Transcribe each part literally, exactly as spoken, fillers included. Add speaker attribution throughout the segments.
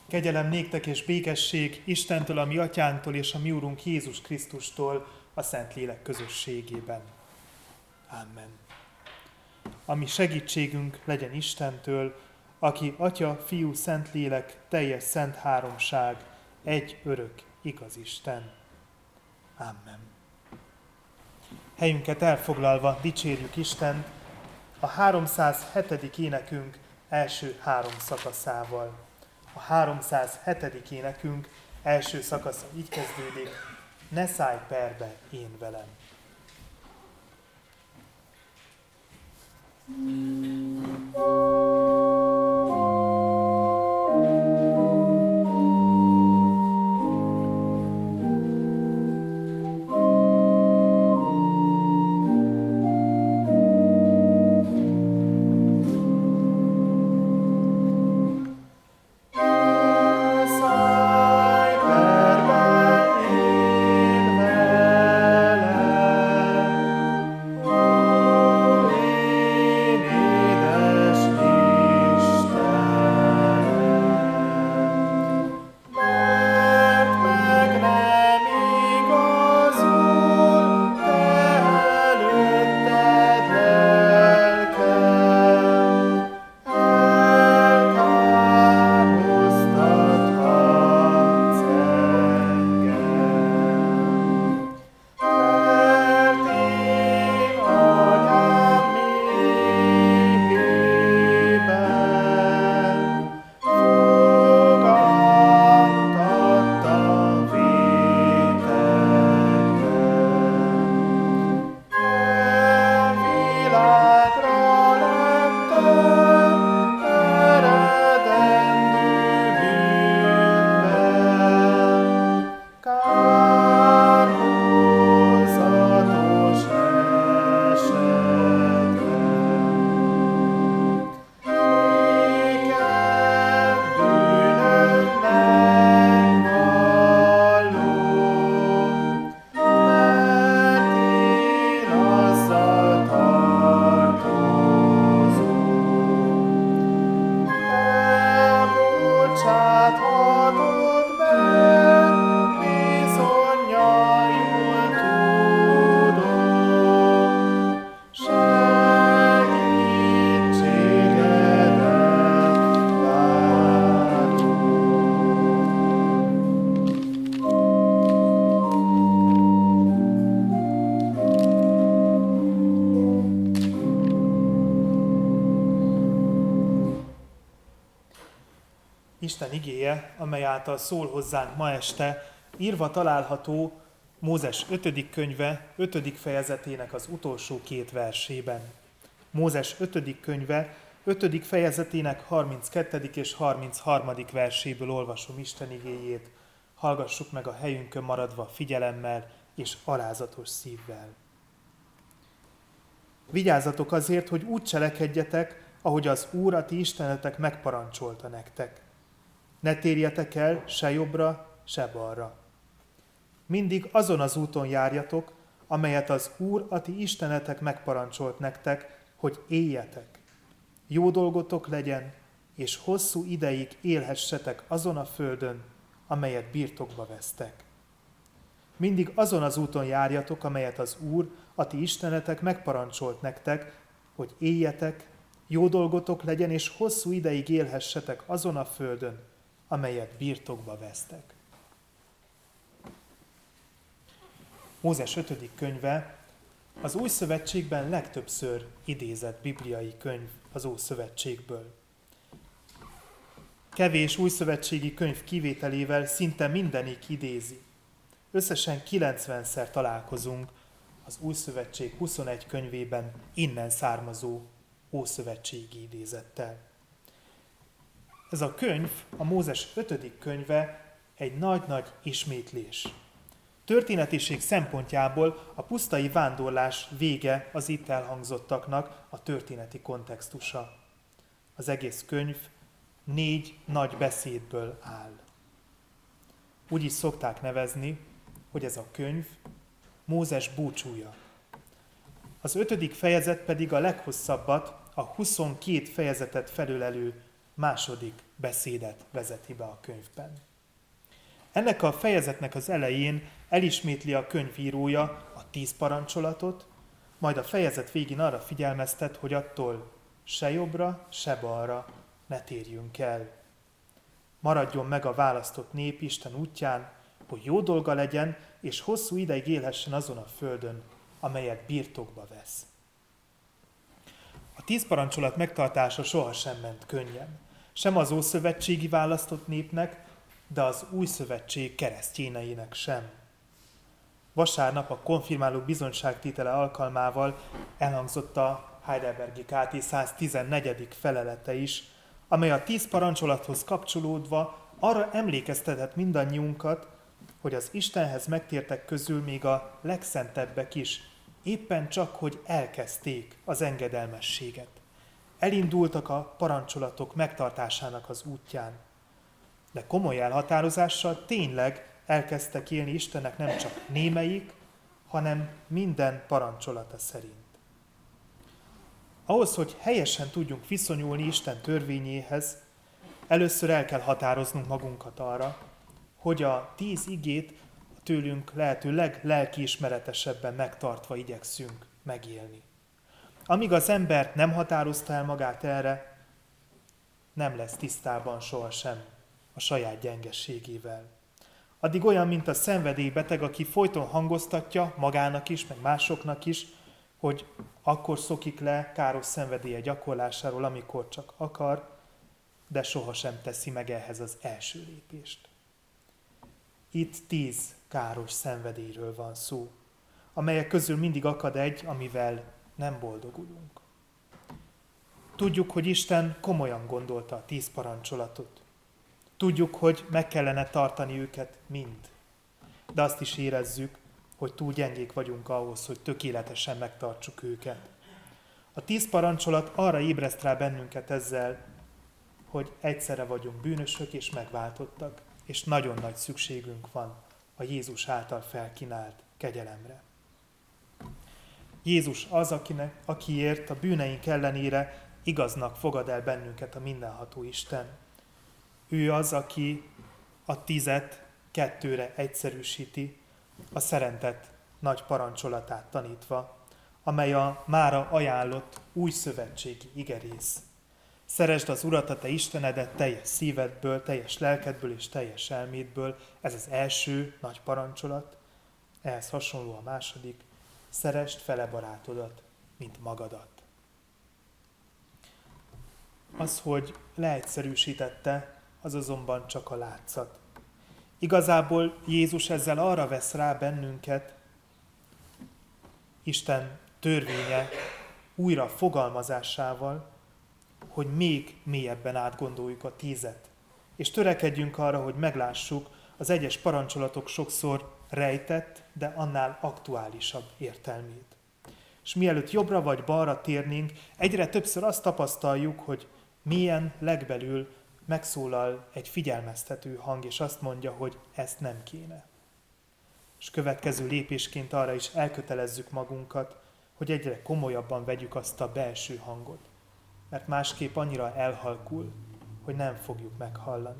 Speaker 1: Kegyelem néktek és békesség Istentől, a mi atyánktól és a mi Urunk Jézus Krisztustól a Szentlélek közösségében. Amen. A mi segítségünk legyen Istentől, aki Atya, Fiú, Szentlélek, teljes szent háromság, egy örök, igaz Isten. Amen. Helyünket elfoglalva dicsérjük Istent a háromszázhetedik énekünk első három szakaszával. A háromszázhetedik énekünk első szakasza így kezdődik: Ne szállj perbe én velem. Isten igéje, amely által szól hozzánk ma este, írva található Mózes ötödik könyve, ötödik fejezetének az utolsó két versében. Mózes ötödik könyve, ötödik fejezetének harminckettedik és harmincharmadik verséből olvasom Isten igéjét. Hallgassuk meg a helyünkön maradva figyelemmel és alázatos szívvel. Vigyázzatok azért, hogy úgy cselekedjetek, ahogy az Úr, a ti istenetek megparancsolta nektek. Ne térjetek el se jobbra, se balra. Mindig azon az úton járjatok, amelyet az Úr, a ti istenetek megparancsolt nektek, hogy éljetek. Jó dolgotok legyen, és hosszú ideig élhessetek azon a földön, amelyet birtokba vesztek. Mindig azon az úton járjatok, amelyet az Úr, a ti istenetek megparancsolt nektek, hogy éljetek, jó dolgotok legyen, és hosszú ideig élhessetek azon a földön, amelyet birtokba vesztek. Mózes ötödik könyve az Új Szövetségben legtöbbször idézett bibliai könyv az Ószövetségből. Kevés újszövetségi könyv kivételével szinte mindenik idézi. Összesen kilencvenszer találkozunk az Újszövetség huszonegy könyvében innen származó ószövetségi idézettel. Ez a könyv, a Mózes ötödik könyve egy nagy-nagy ismétlés. Történetiség szempontjából a pusztai vándorlás vége az itt elhangzottaknak a történeti kontextusa. Az egész könyv négy nagy beszédből áll. Úgy is szokták nevezni, hogy ez a könyv Mózes búcsúja. Az ötödik fejezet pedig a leghosszabbat, a huszonkét fejezetet felölelő második beszédet vezeti be a könyvben. Ennek a fejezetnek az elején elismétli a könyvírója a tíz parancsolatot, majd a fejezet végén arra figyelmeztet, hogy attól se jobbra, se balra ne térjünk el. Maradjon meg a választott nép Isten útján, hogy jó dolga legyen, és hosszú ideig élhessen azon a földön, amelyet birtokba vesz. A tíz parancsolat megtartása sohasem ment könnyen. Sem az ószövetségi választott népnek, de az új szövetség keresztjéneinek sem. Vasárnap a konfirmáló bizonyságtétele alkalmával elhangzott a Heidelbergi ká té száztizennegyedik felelete is, amely a tíz parancsolathoz kapcsolódva arra emlékeztetett mindannyiunkat, hogy az Istenhez megtértek közül még a legszentebbek is éppen csak, hogy elkezdték az engedelmességet. Elindultak a parancsolatok megtartásának az útján. De komoly elhatározással tényleg elkezdtek élni Istennek nem csak némelyik, hanem minden parancsolata szerint. Ahhoz, hogy helyesen tudjunk viszonyulni Isten törvényéhez, először el kell határoznunk magunkat arra, hogy a tíz igét a tőlünk lehető leglelkiismeretesebben megtartva igyekszünk megélni. Amíg az ember nem határozta el magát erre, nem lesz tisztában sohasem a saját gyengességével. Addig olyan, mint a szenvedélybeteg, aki folyton hangoztatja magának is, meg másoknak is, hogy akkor szokik le káros szenvedélye gyakorlásáról, amikor csak akar, de sohasem teszi meg ehhez az első lépést. Itt tíz káros szenvedélyről van szó, amelyek közül mindig akad egy, amivel nem boldogulunk. Tudjuk, hogy Isten komolyan gondolta a tíz parancsolatot. Tudjuk, hogy meg kellene tartani őket mind. De azt is érezzük, hogy túl gyengék vagyunk ahhoz, hogy tökéletesen megtartsuk őket. A tíz parancsolat arra ébreszt rá bennünket ezzel, hogy egyszerre vagyunk bűnösök és megváltottak, és nagyon nagy szükségünk van a Jézus által felkínált kegyelemre. Jézus az, akinek, akiért a bűneink ellenére igaznak fogad el bennünket a mindenható Isten. Ő az, aki a tízet kettőre egyszerűsíti, a szeretet nagy parancsolatát tanítva, amely a mára ajánlott új szövetségi igerész. Szeresd az Urat, a te Istenedet teljes szívedből, teljes lelkedből és teljes elmédből. Ez az első nagy parancsolat. Ehhez hasonló a második. Szeresd fele barátodat, mint magadat. Az, hogy leegyszerűsítette, az azonban csak a látszat. Igazából Jézus ezzel arra vesz rá bennünket, Isten törvénye újra fogalmazásával, hogy még mélyebben átgondoljuk a tízet, és törekedjünk arra, hogy meglássuk az egyes parancsolatok sokszor rejtett, de annál aktuálisabb értelmét. És mielőtt jobbra vagy balra térnénk, egyre többször azt tapasztaljuk, hogy milyen legbelül megszólal egy figyelmeztető hang, és azt mondja, hogy ezt nem kéne. És következő lépésként arra is elkötelezzük magunkat, hogy egyre komolyabban vegyük azt a belső hangot, mert másképp annyira elhalkul, hogy nem fogjuk meghallani.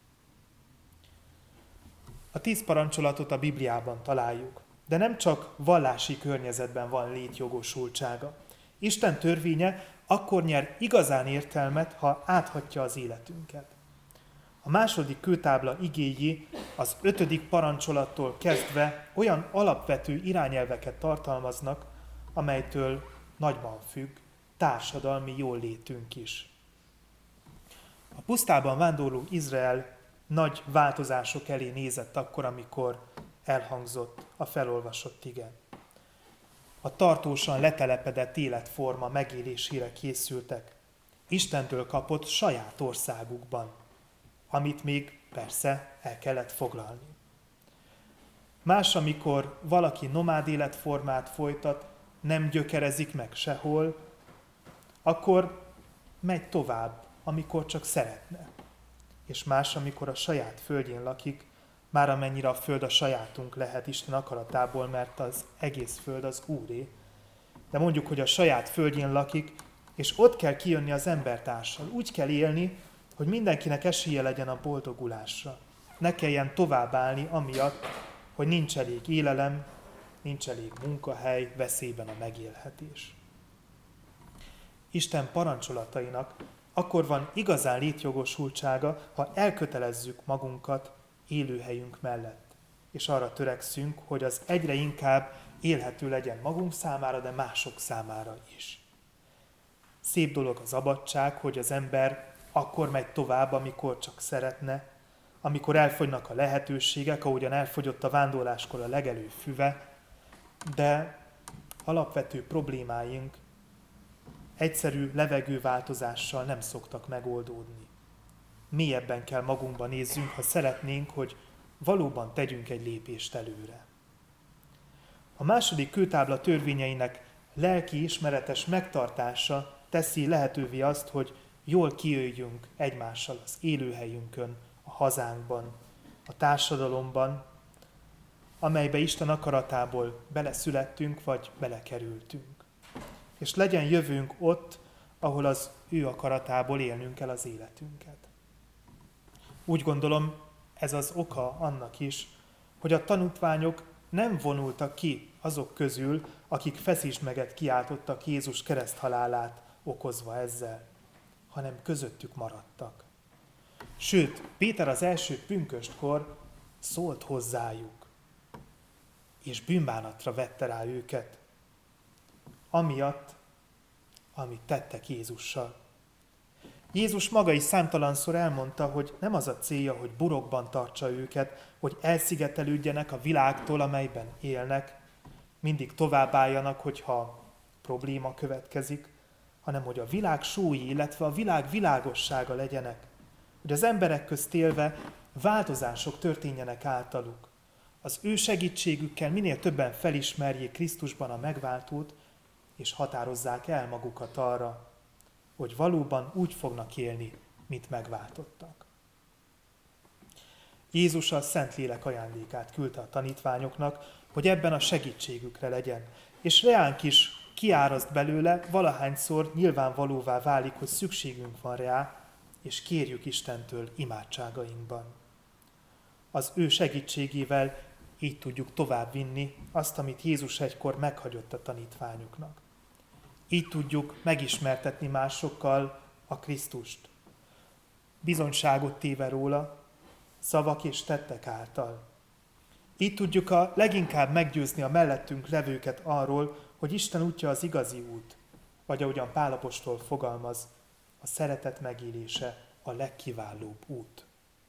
Speaker 1: A tíz parancsolatot a Bibliában találjuk, de nem csak vallási környezetben van létjogosultsága. Isten törvénye akkor nyer igazán értelmet, ha áthatja az életünket. A második kőtábla igéi az ötödik parancsolattól kezdve olyan alapvető irányelveket tartalmaznak, amelytől nagyban függ társadalmi jóllétünk is. A pusztában vándorló Izrael nagy változások elé nézett akkor, amikor elhangzott a felolvasott ige. A tartósan letelepedett életforma megélésére készültek, Istentől kapott saját országukban, amit még persze el kellett foglalni. Más, amikor valaki nomád életformát folytat, nem gyökerezik meg sehol, akkor megy tovább, amikor csak szeretne. És más, amikor a saját földjén lakik, már amennyire a föld a sajátunk lehet Isten akaratából, mert az egész föld az Úré. De mondjuk, hogy a saját földjén lakik, és ott kell kijönni az embertársal. Úgy kell élni, hogy mindenkinek esélye legyen a boldogulásra. Ne kelljen továbbállni amiatt, hogy nincs elég élelem, nincs elég munkahely, veszélyben a megélhetés. Isten parancsolatainak akkor van igazán létjogosultsága, ha elkötelezzük magunkat élőhelyünk mellett, és arra törekszünk, hogy az egyre inkább élhető legyen magunk számára, de mások számára is. Szép dolog a szabadság, hogy az ember akkor megy tovább, amikor csak szeretne, amikor elfogynak a lehetőségek, ahogyan elfogyott a vándorláskor a legelő füve, de alapvető problémáink egyszerű levegőváltozással nem szoktak megoldódni. Mélyebben kell magunkba nézzünk, ha szeretnénk, hogy valóban tegyünk egy lépést előre. A második kőtábla törvényeinek lelki ismeretes megtartása teszi lehetővé azt, hogy jól kijöjjünk egymással az élőhelyünkön, a hazánkban, a társadalomban, amelybe Isten akaratából beleszülettünk, vagy belekerültünk. És legyen jövőnk ott, ahol az ő akaratából élnünk kell az életünket. Úgy gondolom, ez az oka annak is, hogy a tanítványok nem vonultak ki azok közül, akik feszismeget kiáltottak Jézus kereszthalálát okozva ezzel, hanem közöttük maradtak. Sőt, Péter az első pünköstkor szólt hozzájuk, és bűnbánatra vette rá őket, amiatt, amit tettek Jézussal. Jézus maga is számtalanszor elmondta, hogy nem az a célja, hogy burokban tartsa őket, hogy elszigetelődjenek a világtól, amelyben élnek, mindig továbbálljanak, hogyha probléma következik, hanem hogy a világ sói, illetve a világ világossága legyenek, hogy az emberek közt élve változások történjenek általuk. Az ő segítségükkel minél többen felismerjék Krisztusban a megváltót, és határozzák el magukat arra, hogy valóban úgy fognak élni, mint megváltottak. Jézus a Szentlélek ajándékát küldte a tanítványoknak, hogy ebben a segítségükre legyen, és reánk is kiáraszt belőle, valahányszor nyilvánvalóvá válik, hogy szükségünk van rá, és kérjük Istentől imádságainkban. Az ő segítségével így tudjuk tovább vinni azt, amit Jézus egykor meghagyott a tanítványoknak. Így tudjuk megismertetni másokkal a Krisztust. Bizonyságot téve róla, szavak és tettek által. Így tudjuk a leginkább meggyőzni a mellettünk levőket arról, hogy Isten útja az igazi út, vagy ahogyan Pál apostol fogalmaz, a szeretet megélése a legkiválóbb út.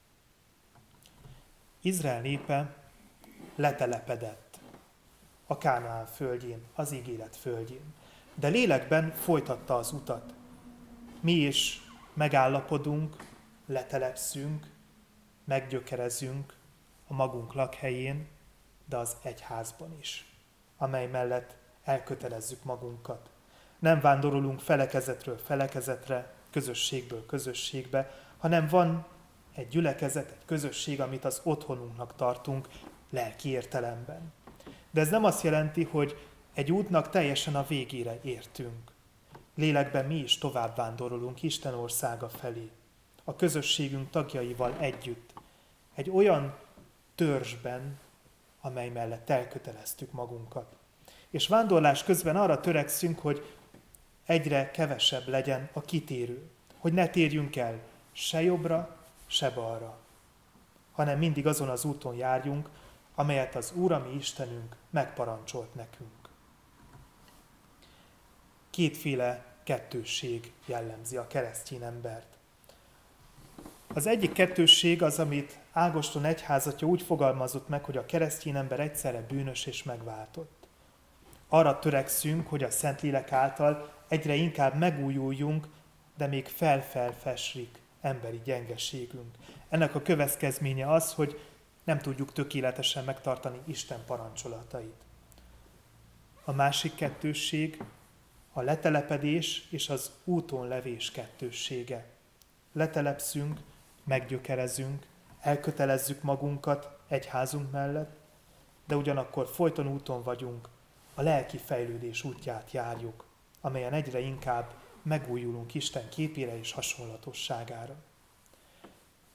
Speaker 1: Izrael népe letelepedett a Kánaán földjén, az ígéret földjén, de lélekben folytatta az utat. Mi is megállapodunk, letelepszünk, meggyökerezünk a magunk lakhelyén, de az egyházban is, amely mellett elkötelezzük magunkat. Nem vándorolunk felekezetről felekezetre, közösségből közösségbe, hanem van egy gyülekezet, egy közösség, amit az otthonunknak tartunk lelki értelemben. De ez nem azt jelenti, hogy egy útnak teljesen a végére értünk. Lélekben mi is tovább vándorolunk Isten országa felé, a közösségünk tagjaival együtt, egy olyan törzsben, amely mellett elköteleztük magunkat. És vándorlás közben arra törekszünk, hogy egyre kevesebb legyen a kitérő, hogy ne térjünk el se jobbra, se balra, hanem mindig azon az úton járjunk, amelyet az Úr, a mi Istenünk megparancsolt nekünk. Kétféle kettősség jellemzi a keresztény embert. Az egyik kettősség az, amit Ágoston egyházatja úgy fogalmazott meg, hogy a keresztény ember egyszerre bűnös és megváltott. Arra törekszünk, hogy a Szentlélek által egyre inkább megújuljunk, de még fel-fel-fesrik emberi gyengeségünk. Ennek a következménye az, hogy nem tudjuk tökéletesen megtartani Isten parancsolatait. A másik kettősség a letelepedés és az úton levés kettőssége. Letelepszünk, meggyökerezünk, elkötelezzük magunkat egyházunk mellett, de ugyanakkor folyton úton vagyunk, a lelki fejlődés útját járjuk, amelyen egyre inkább megújulunk Isten képére és hasonlatosságára.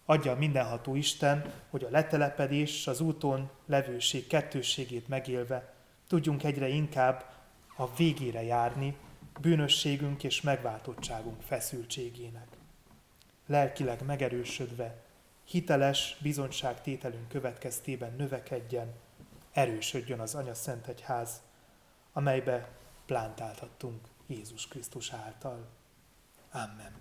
Speaker 1: Adja a mindenható Isten, hogy a letelepedés, az úton levőség kettősségét megélve tudjunk egyre inkább a végére járni bűnösségünk és megváltottságunk feszültségének. Lelkileg megerősödve, hiteles bizonyságtételünk következtében növekedjen, erősödjön az Anya Szent Egyház, amelybe plántáltattunk Jézus Krisztus által. Amen.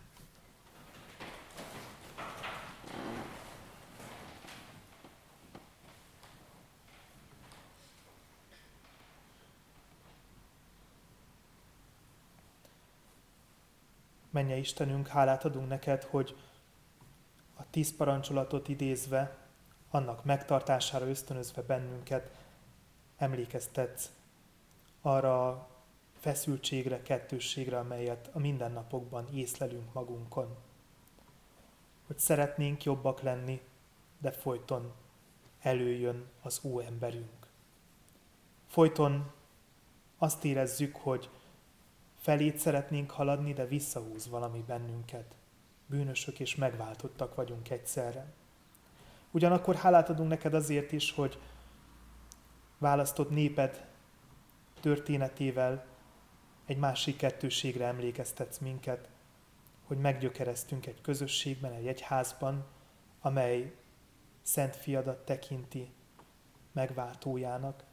Speaker 1: Mennyei Istenünk, hálát adunk neked, hogy a tíz parancsolatot idézve, annak megtartására ösztönözve bennünket, emlékeztetsz arra a feszültségre, kettősségre, amelyet a mindennapokban észlelünk magunkon. Hogy szeretnénk jobbak lenni, de folyton előjön az óemberünk. Folyton azt érezzük, hogy felét szeretnénk haladni, de visszahúz valami bennünket. Bűnösök és megváltottak vagyunk egyszerre. Ugyanakkor hálát adunk neked azért is, hogy választott néped történetével egy másik kettősségre emlékeztetsz minket, hogy meggyökereztünk egy közösségben, egy egyházban, amely Szent Fiadat tekinti megváltójának.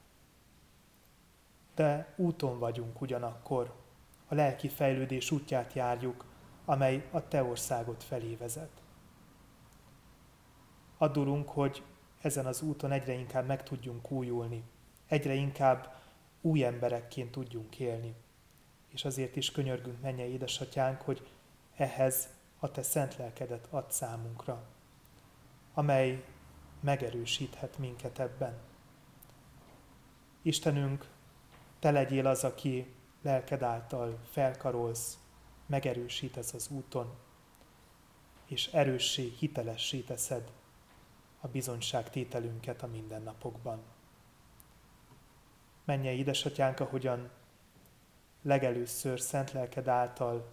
Speaker 1: De úton vagyunk ugyanakkor, a lelki fejlődés útját járjuk, amely a te országod felé vezet. Add, Urunk, hogy ezen az úton egyre inkább meg tudjunk újulni, egyre inkább új emberekként tudjunk élni. És azért is könyörgünk, mennyei édesatyánk, hogy ehhez a te szent lelkedet add számunkra, amely megerősíthet minket ebben. Istenünk, te legyél az, aki lelked által felkarolsz, megerősítesz az úton, és erőssé, hitelessé teszed a bizonyságtételünket a mindennapokban. Mennyei édesatyánk, ahogyan legelőször szent lelked által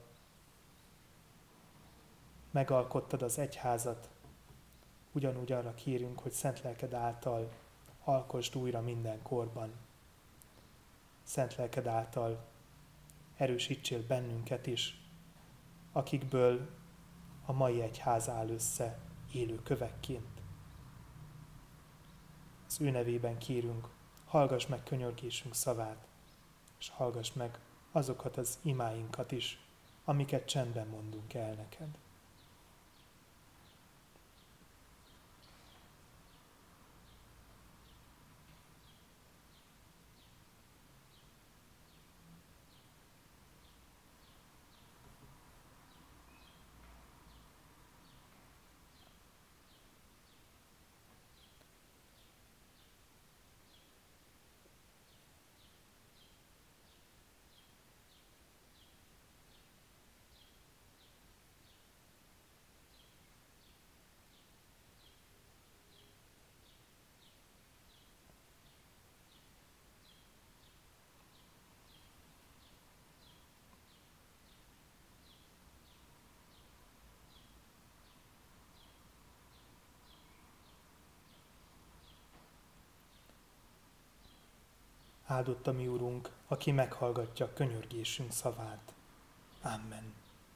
Speaker 1: megalkottad az egyházat, ugyanúgy arra kérünk, hogy szent lelked által alkosd újra minden korban. Szent lelked által erősítsél bennünket is, akikből a mai egyház áll össze élő kövekként. Az ő nevében kérünk, hallgass meg könyörgésünk szavát, és hallgass meg azokat az imáinkat is, amiket csendben mondunk el neked. Áldott a mi Urunk, aki meghallgatja könyörgésünk szavát. Amen.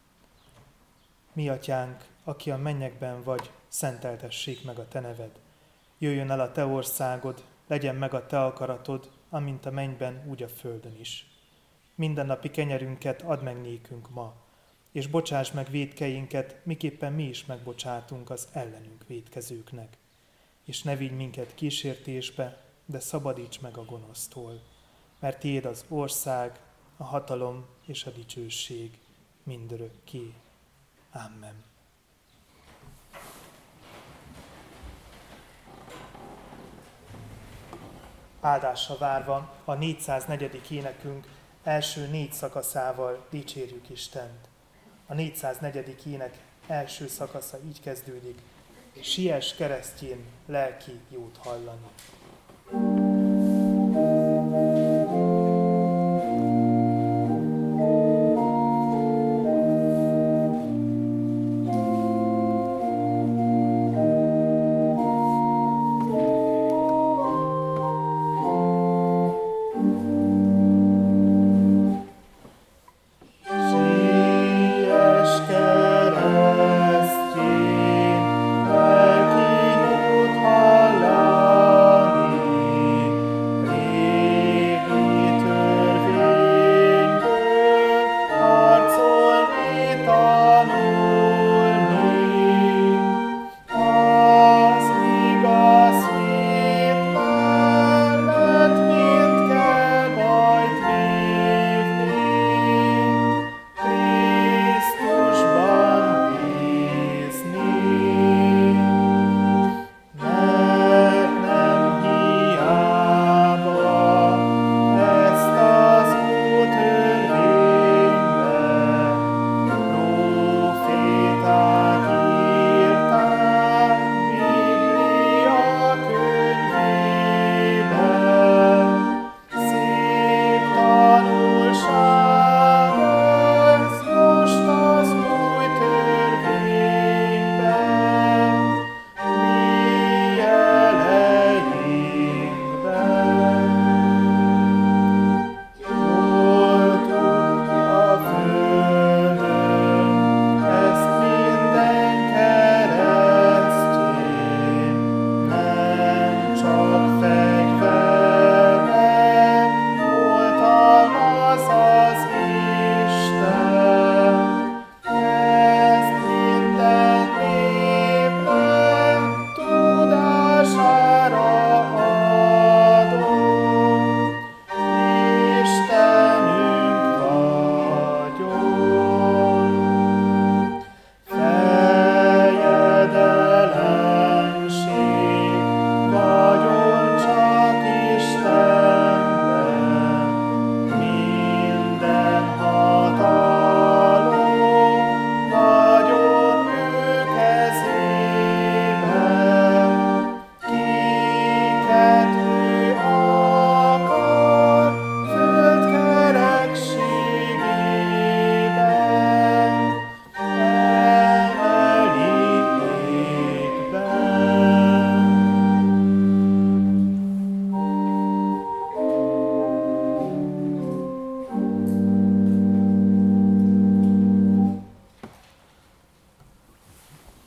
Speaker 1: Mi atyánk, aki a mennyekben vagy, szenteltessék meg a te neved. Jöjjön el a te országod, legyen meg a te akaratod, amint a mennyben, úgy a földön is. Mindennapi kenyerünket add meg nékünk ma, és bocsáss meg vétkeinket, miképpen mi is megbocsátunk az ellenünk vétkezőknek. És ne vigy minket kísértésbe, de szabadíts meg a gonosztól, mert tiéd az ország, a hatalom és a dicsőség mindörökké. Amen. Áldásra várva a négyszáznegyedik énekünk első négy szakaszával dicsérjük Istent. A négyszáznegyedik ének első szakasza így kezdődik: siess keresztjén lelki jót hallani.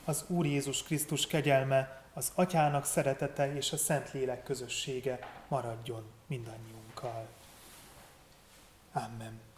Speaker 1: az Úr Jézus Krisztus kegyelme, az Atyának szeretete és a Szentlélek közössége maradjon mindannyiunkkal. Amen.